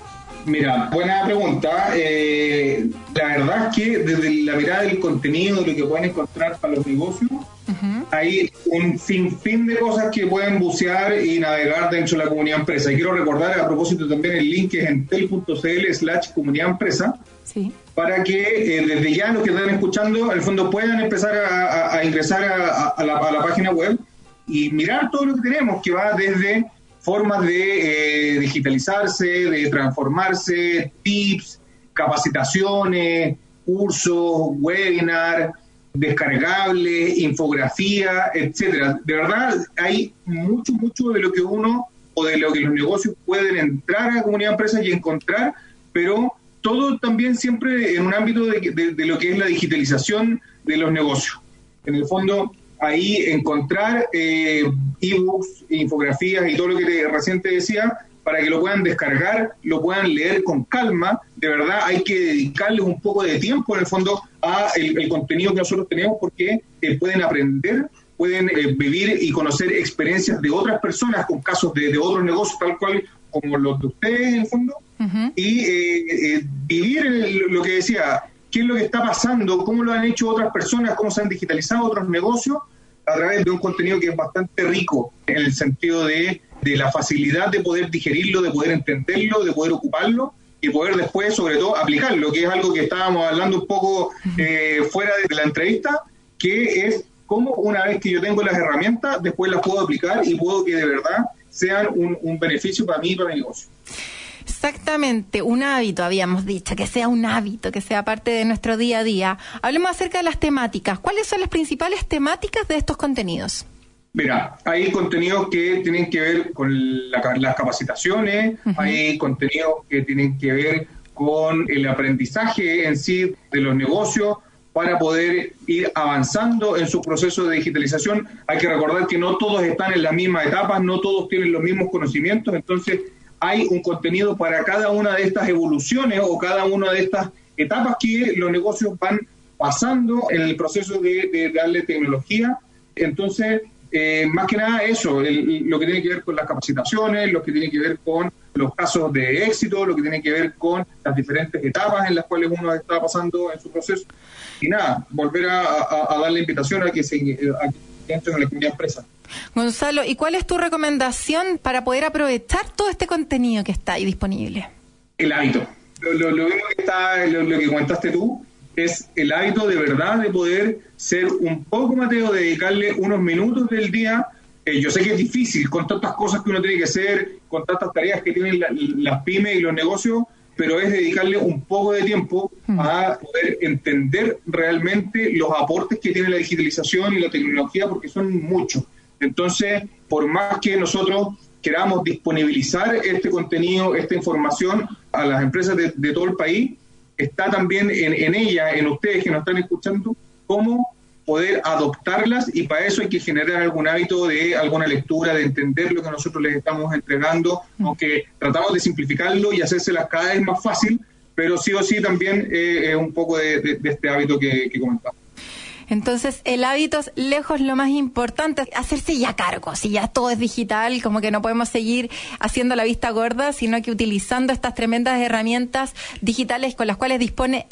Mira, buena pregunta. Eh, la verdad es que desde la mirada del contenido, de lo que pueden encontrar para los negocios, uh-huh. hay un sinfín de cosas que pueden bucear y navegar dentro de la comunidad empresa. Y quiero recordar a propósito también el link que es entel.cl slash comunidad empresa. Sí. Para que eh, desde ya los que están escuchando, en el fondo puedan empezar a, a, a ingresar a, a, la, a la página web y mirar todo lo que tenemos, que va desde formas de eh, digitalizarse, de transformarse, tips, capacitaciones, cursos, webinar, descargables, infografía, etcétera. De verdad, hay mucho, mucho de lo que uno o de lo que los negocios pueden entrar a la comunidad de empresas y encontrar, pero todo también siempre en un ámbito de, de, de lo que es la digitalización de los negocios. En el fondo, ahí encontrar eh, ebooks, infografías y todo lo que te, recién te decía, para que lo puedan descargar, lo puedan leer con calma. De verdad, hay que dedicarles un poco de tiempo, en el fondo, a el, el contenido que nosotros tenemos, porque eh, pueden aprender, pueden eh, vivir y conocer experiencias de otras personas con casos de, de otros negocios, tal cual como los de ustedes, en el fondo, uh-huh. y eh, eh, vivir el, lo que decía, qué es lo que está pasando, cómo lo han hecho otras personas, cómo se han digitalizado otros negocios, a través de un contenido que es bastante rico, en el sentido de, de la facilidad de poder digerirlo, de poder entenderlo, de poder ocuparlo, y poder después, sobre todo, aplicarlo, que es algo que estábamos hablando un poco eh, fuera de la entrevista, que es cómo una vez que yo tengo las herramientas, después las puedo aplicar y puedo que de verdad sean un, un beneficio para mí y para mi negocio. Exactamente, un hábito, habíamos dicho, que sea un hábito, que sea parte de nuestro día a día. Hablemos acerca de las temáticas. ¿Cuáles son las principales temáticas de estos contenidos? Mira, hay contenidos que tienen que ver con la, las capacitaciones, uh-huh. hay contenidos que tienen que ver con el aprendizaje en sí de los negocios, para poder ir avanzando en su proceso de digitalización. Hay que recordar que no todos están en las mismas etapas, no todos tienen los mismos conocimientos, entonces hay un contenido para cada una de estas evoluciones o cada una de estas etapas que los negocios van pasando en el proceso de, de darle tecnología. Entonces, eh, más que nada eso, el, lo que tiene que ver con las capacitaciones, lo que tiene que ver con los casos de éxito, lo que tiene que ver con las diferentes etapas en las cuales uno está pasando en su proceso. Y nada, volver a, a, a dar la invitación a que se a que entren en la comunidad empresa. Gonzalo, ¿y cuál es tu recomendación para poder aprovechar todo este contenido que está ahí disponible? El hábito. Lo, lo, lo mismo que está, lo, lo que comentaste tú, es el hábito de verdad de poder ser un poco, Mateo, de dedicarle unos minutos del día. Eh, yo sé que es difícil con tantas cosas que uno tiene que hacer, con tantas tareas que tienen la, las pymes y los negocios, pero es dedicarle un poco de tiempo a poder entender realmente los aportes que tiene la digitalización y la tecnología, porque son muchos. Entonces, por más que nosotros queramos disponibilizar este contenido, esta información a las empresas de, de todo el país, está también en, en ella, en ustedes que nos están escuchando, cómo poder adoptarlas, y para eso hay que generar algún hábito de alguna lectura, de entender lo que nosotros les estamos entregando, aunque tratamos de simplificarlo y hacérselas cada vez más fácil, pero sí o sí también eh, un poco de, de, de este hábito que, que comentamos. Entonces, el hábito es lejos lo más importante, hacerse ya cargo. Si ya todo es digital, como que no podemos seguir haciendo la vista gorda, sino que utilizando estas tremendas herramientas digitales con las cuales dispone Entel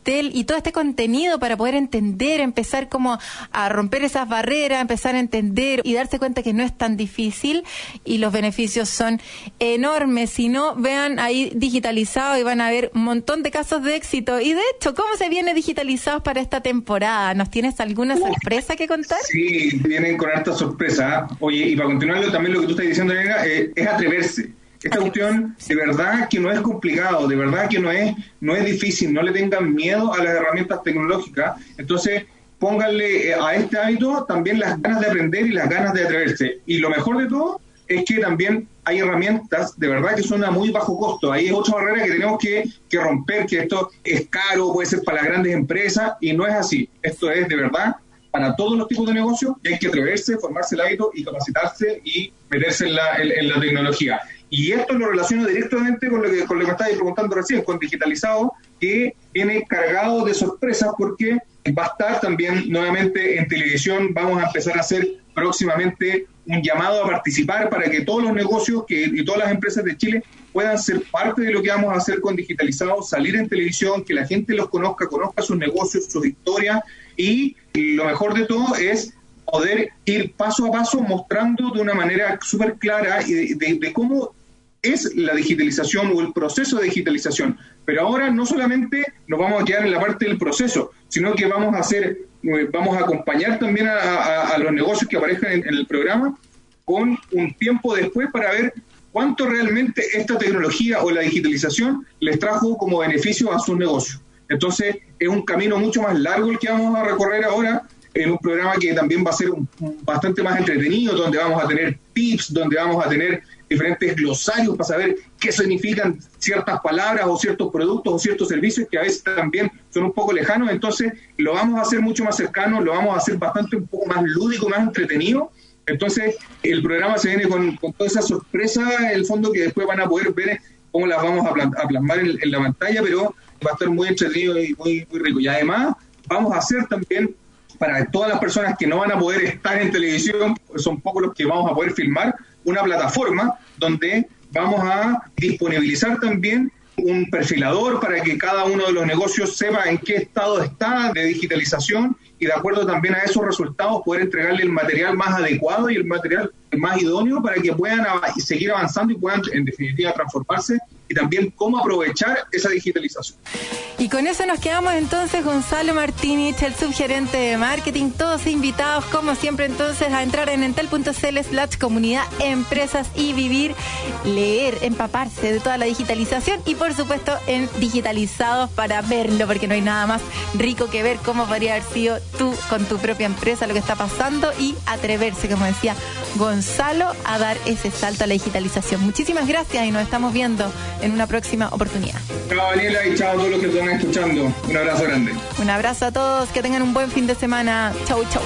cartel y todo este contenido para poder entender, empezar como a romper esas barreras, empezar a entender y darse cuenta que no es tan difícil y los beneficios son enormes. Si no, vean ahí Digitalizado y van a ver un montón de casos de éxito. Y de hecho, ¿cómo se viene Digitalizados para esta temporada? ¿Nos tienes alguna sorpresa que contar? Sí, vienen con harta sorpresa. Oye, y para continuarlo también lo que tú estás diciendo, Elena, eh, es atreverse. Esta cuestión de verdad que no es complicado, de verdad que no es, no es difícil, no le tengan miedo a las herramientas tecnológicas. Entonces, pónganle a este hábito también las ganas de aprender y las ganas de atreverse. Y lo mejor de todo es que también hay herramientas de verdad que son a muy bajo costo. Ahí es otra barrera que tenemos que, que romper, que esto es caro, puede ser para las grandes empresas, y no es así. Esto es de verdad para todos los tipos de negocios, y hay que atreverse, formarse el hábito y capacitarse y meterse en la, en, en la tecnología. Y esto lo relaciono directamente con lo que, con lo que me estabas preguntando recién, con Digitalizado, que viene cargado de sorpresas porque va a estar también nuevamente en televisión. Vamos a empezar a hacer próximamente un llamado a participar para que todos los negocios que, y todas las empresas de Chile puedan ser parte de lo que vamos a hacer con Digitalizado, salir en televisión, que la gente los conozca, conozca sus negocios, sus historias, y lo mejor de todo es poder ir paso a paso mostrando de una manera súper clara de, de, de cómo es la digitalización o el proceso de digitalización. Pero ahora no solamente nos vamos a quedar en la parte del proceso, sino que vamos a hacer, vamos a acompañar también a, a, a los negocios que aparezcan en, en el programa con un tiempo después para ver cuánto realmente esta tecnología o la digitalización les trajo como beneficio a sus negocios. Entonces es un camino mucho más largo el que vamos a recorrer ahora, en un programa que también va a ser un, un bastante más entretenido, donde vamos a tener tips, donde vamos a tener diferentes glosarios para saber qué significan ciertas palabras o ciertos productos o ciertos servicios que a veces también son un poco lejanos. Entonces lo vamos a hacer mucho más cercano, lo vamos a hacer bastante un poco más lúdico, más entretenido. Entonces el programa se viene con, con toda esa sorpresa en el fondo, que después van a poder ver cómo las vamos a, plan, a plasmar en, en la pantalla, pero va a estar muy entretenido y muy, muy rico. Y además vamos a hacer también, para todas las personas que no van a poder estar en televisión, son pocos los que vamos a poder filmar, una plataforma donde vamos a disponibilizar también un perfilador para que cada uno de los negocios sepa en qué estado está de digitalización, y de acuerdo también a esos resultados poder entregarle el material más adecuado y el material más idóneo para que puedan av- seguir avanzando y puedan en definitiva transformarse, y también cómo aprovechar esa digitalización. Y con eso nos quedamos entonces. Gonzalo Martínez, el subgerente de marketing, todos invitados como siempre entonces a entrar en entel punto cl slash comunidad empresas y vivir, leer, empaparse de toda la digitalización y por supuesto en Digitalizados para verlo, porque no hay nada más rico que ver cómo podría haber sido tú con tu propia empresa lo que está pasando y atreverse, como decía Gonzalo, a dar ese salto a la digitalización. Muchísimas gracias y nos estamos viendo en una próxima oportunidad. Chao Daniela y chao a todos los que están escuchando. Un abrazo grande. Un abrazo a todos, que tengan un buen fin de semana. Chau, chau.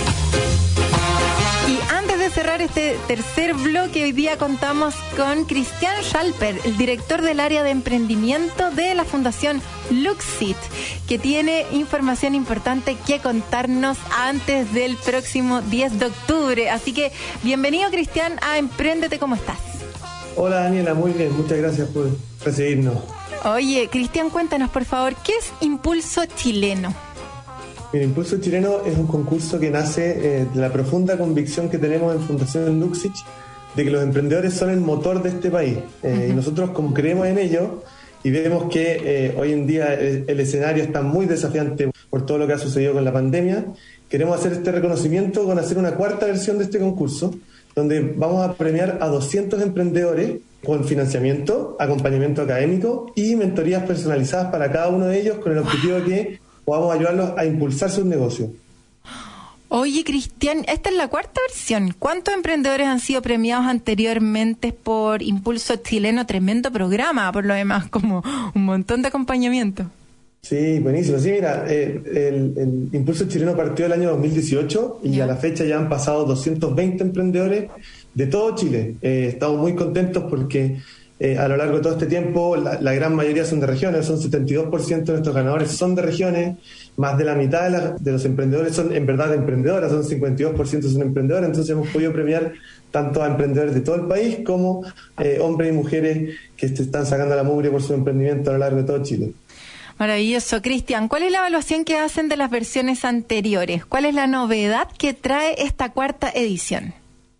Y antes de cerrar este tercer bloque, hoy día contamos con Cristian Schalper, el director del área de emprendimiento de la Fundación Luxit, que tiene información importante que contarnos antes del próximo diez de octubre. Así que bienvenido, Cristian, a Emprendete. ¿Cómo estás? Hola Daniela, muy bien, muchas gracias por recibirnos. Oye, Cristian, cuéntanos por favor, ¿qué es Impulso Chileno? Mira, Impulso Chileno es un concurso que nace eh, de la profunda convicción que tenemos en Fundación Luxit de que los emprendedores son el motor de este país. Eh, uh-huh. Y nosotros, como creemos en ello y vemos que eh, hoy en día el, el escenario está muy desafiante por todo lo que ha sucedido con la pandemia, queremos hacer este reconocimiento con hacer una cuarta versión de este concurso, donde vamos a premiar a doscientos emprendedores con financiamiento, acompañamiento académico y mentorías personalizadas para cada uno de ellos, con el objetivo de que podamos ayudarlos a impulsar sus negocios. Oye, Cristian, esta es la cuarta versión. ¿Cuántos emprendedores han sido premiados anteriormente por Impulso Chileno? Tremendo programa, por lo demás, como un montón de acompañamiento. Sí, buenísimo. Sí, mira, eh, el, el Impulso Chileno partió el año dos mil dieciocho y yeah. a la fecha ya han pasado doscientos veinte emprendedores de todo Chile. Eh, estamos muy contentos porque eh, a lo largo de todo este tiempo la, la gran mayoría son de regiones, son setenta y dos por ciento de nuestros ganadores son de regiones, más de la mitad de, la, de los emprendedores son en verdad emprendedoras, son cincuenta y dos por ciento son emprendedoras, entonces hemos podido premiar tanto a emprendedores de todo el país como eh, hombres y mujeres que se están sacando la mugre por su emprendimiento a lo largo de todo Chile. Maravilloso. Cristian, ¿cuál es la evaluación que hacen de las versiones anteriores? ¿Cuál es la novedad que trae esta cuarta edición?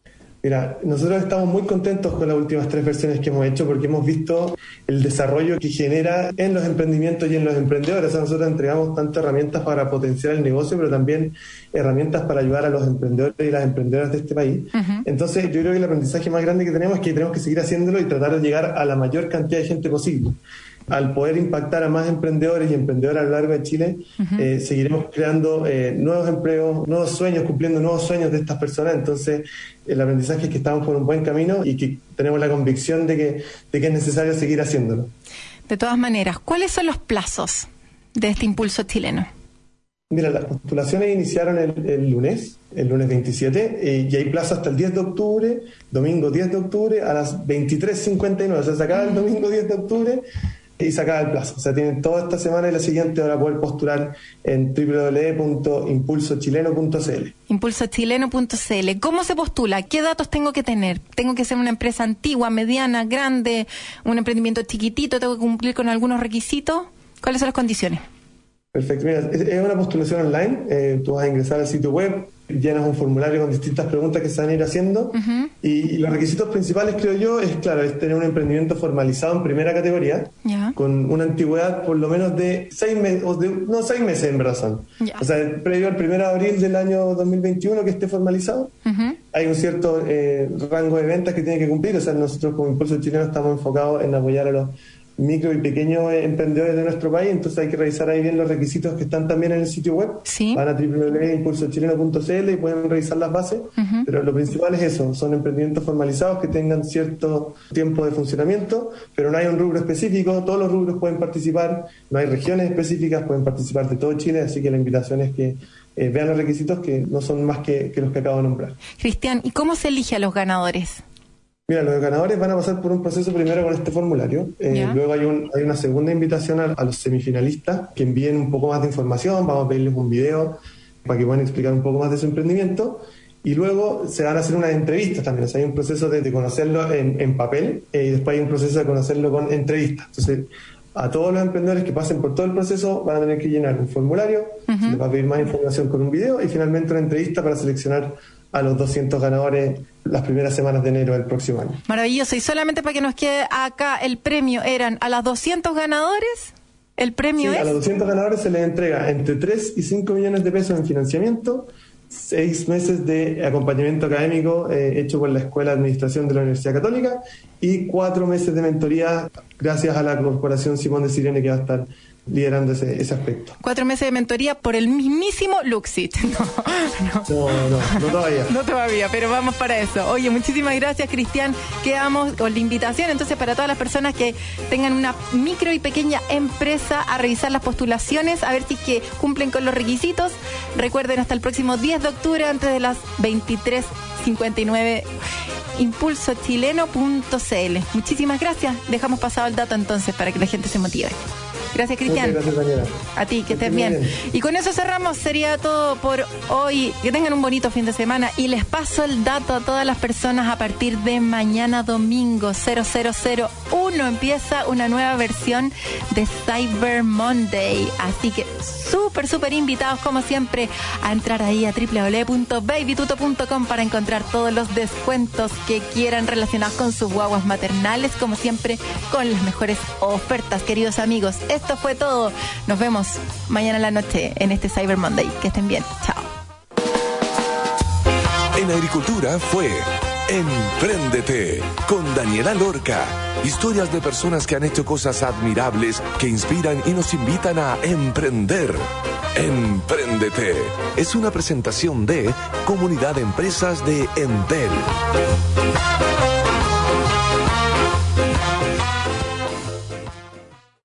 Mira, nosotros estamos muy contentos con las últimas tres versiones que hemos hecho porque hemos visto el desarrollo que genera en los emprendimientos y en los emprendedores. O sea, nosotros entregamos tantas herramientas para potenciar el negocio, pero también herramientas para ayudar a los emprendedores y las emprendedoras de este país. Uh-huh. Entonces, yo creo que el aprendizaje más grande que tenemos es que tenemos que seguir haciéndolo y tratar de llegar a la mayor cantidad de gente posible. Al poder impactar a más emprendedores y emprendedoras a lo largo de Chile, uh-huh. eh, seguiremos creando eh, nuevos empleos, nuevos sueños, cumpliendo nuevos sueños de estas personas. Entonces, el aprendizaje es que estamos por un buen camino y que tenemos la convicción de que, de que es necesario seguir haciéndolo. De todas maneras, ¿cuáles son los plazos de este impulso chileno? Mira, las postulaciones iniciaron el, el lunes, el lunes veintisiete, eh, y hay plazo hasta el diez de octubre, domingo diez de octubre, a las veintitrés cincuenta y nueve. O sea, se acaba el domingo diez de octubre y se acaba el plazo. O sea, tienen toda esta semana y la siguiente para poder postular en doble u doble u doble u punto impulso chileno punto c l. impulso chileno punto c l. ¿Cómo se postula? ¿Qué datos tengo que tener? ¿Tengo que ser una empresa antigua, mediana, grande, un emprendimiento chiquitito? ¿Tengo que cumplir con algunos requisitos? ¿Cuáles son las condiciones? Perfecto. Mira, es una postulación online. Eh, tú vas a ingresar al sitio web, llenas un formulario con distintas preguntas que se van a ir haciendo. Uh-huh. y, y los requisitos principales, creo yo, es, claro, es tener un emprendimiento formalizado en primera categoría, yeah. con una antigüedad por lo menos de seis meses, o de, no, seis meses en verdad son. Yeah. O sea, previo al primero de abril del año dos mil veintiuno que esté formalizado, uh-huh. hay un cierto eh, rango de ventas que tiene que cumplir. O sea, nosotros como Impulso Chileno estamos enfocados en apoyar a los micro y pequeños emprendedores de nuestro país, entonces hay que revisar ahí bien los requisitos que están también en el sitio web. ¿Sí? Van a doble u doble u doble u punto impulso chileno punto c l y pueden revisar las bases, uh-huh. pero lo principal es eso, son emprendimientos formalizados que tengan cierto tiempo de funcionamiento, pero no hay un rubro específico, todos los rubros pueden participar, no hay regiones específicas, pueden participar de todo Chile, así que la invitación es que eh, vean los requisitos que no son más que, que los que acabo de nombrar. Cristian, ¿y cómo se elige a los ganadores? Mira, los ganadores van a pasar por un proceso primero con este formulario, eh, yeah. luego hay, un, hay una segunda invitación a, a los semifinalistas que envíen un poco más de información, vamos a pedirles un video para que puedan explicar un poco más de su emprendimiento, y luego se van a hacer unas entrevistas también. O sea, hay un proceso de, de conocerlo en, en papel eh, y después hay un proceso de conocerlo con entrevistas. Entonces, a todos los emprendedores que pasen por todo el proceso van a tener que llenar un formulario, uh-huh. se les va a pedir más información con un video y finalmente una entrevista para seleccionar a los doscientos ganadores las primeras semanas de enero del próximo año. Maravilloso. Y solamente para que nos quede acá el premio, eran a los doscientos ganadores, el premio sí, es... a los doscientos ganadores se les entrega entre tres y cinco millones de pesos en financiamiento, seis meses de acompañamiento académico eh, hecho por la Escuela de Administración de la Universidad Católica y cuatro meses de mentoría gracias a la Corporación Simón de Sirene, que va a estar liderando ese, ese aspecto. Cuatro meses de mentoría por el mismísimo Luxit. No, no, no, no, no todavía. No todavía, pero vamos para eso. Oye, muchísimas gracias, Cristian. Quedamos con la invitación entonces para todas las personas que tengan una micro y pequeña empresa a revisar las postulaciones, a ver si es que cumplen con los requisitos. Recuerden, hasta el próximo diez de octubre, antes de las veintitrés cincuenta y nueve, impulso chileno punto c l. Muchísimas gracias. Dejamos pasado el dato entonces para que la gente se motive. Gracias, Cristian. Gracias, Daniela. A ti, que estés bien. bien. Y con eso cerramos. Sería todo por hoy. Que tengan un bonito fin de semana. Y les paso el dato a todas las personas. A partir de mañana domingo cero cero cero uno empieza una nueva versión de Cyber Monday. Así que súper, súper invitados, como siempre, a entrar ahí a doble u doble u doble u punto baby tuto punto com para encontrar todos los descuentos que quieran relacionados con sus guaguas maternales. Como siempre, con las mejores ofertas, queridos amigos. Esto fue todo. Nos vemos mañana en la noche en este Cyber Monday. Que estén bien. Chao. En Agricultura fue Empréndete con Daniela Lorca. Historias de personas que han hecho cosas admirables que inspiran y nos invitan a emprender. Empréndete es una presentación de Comunidad de Empresas de Entel.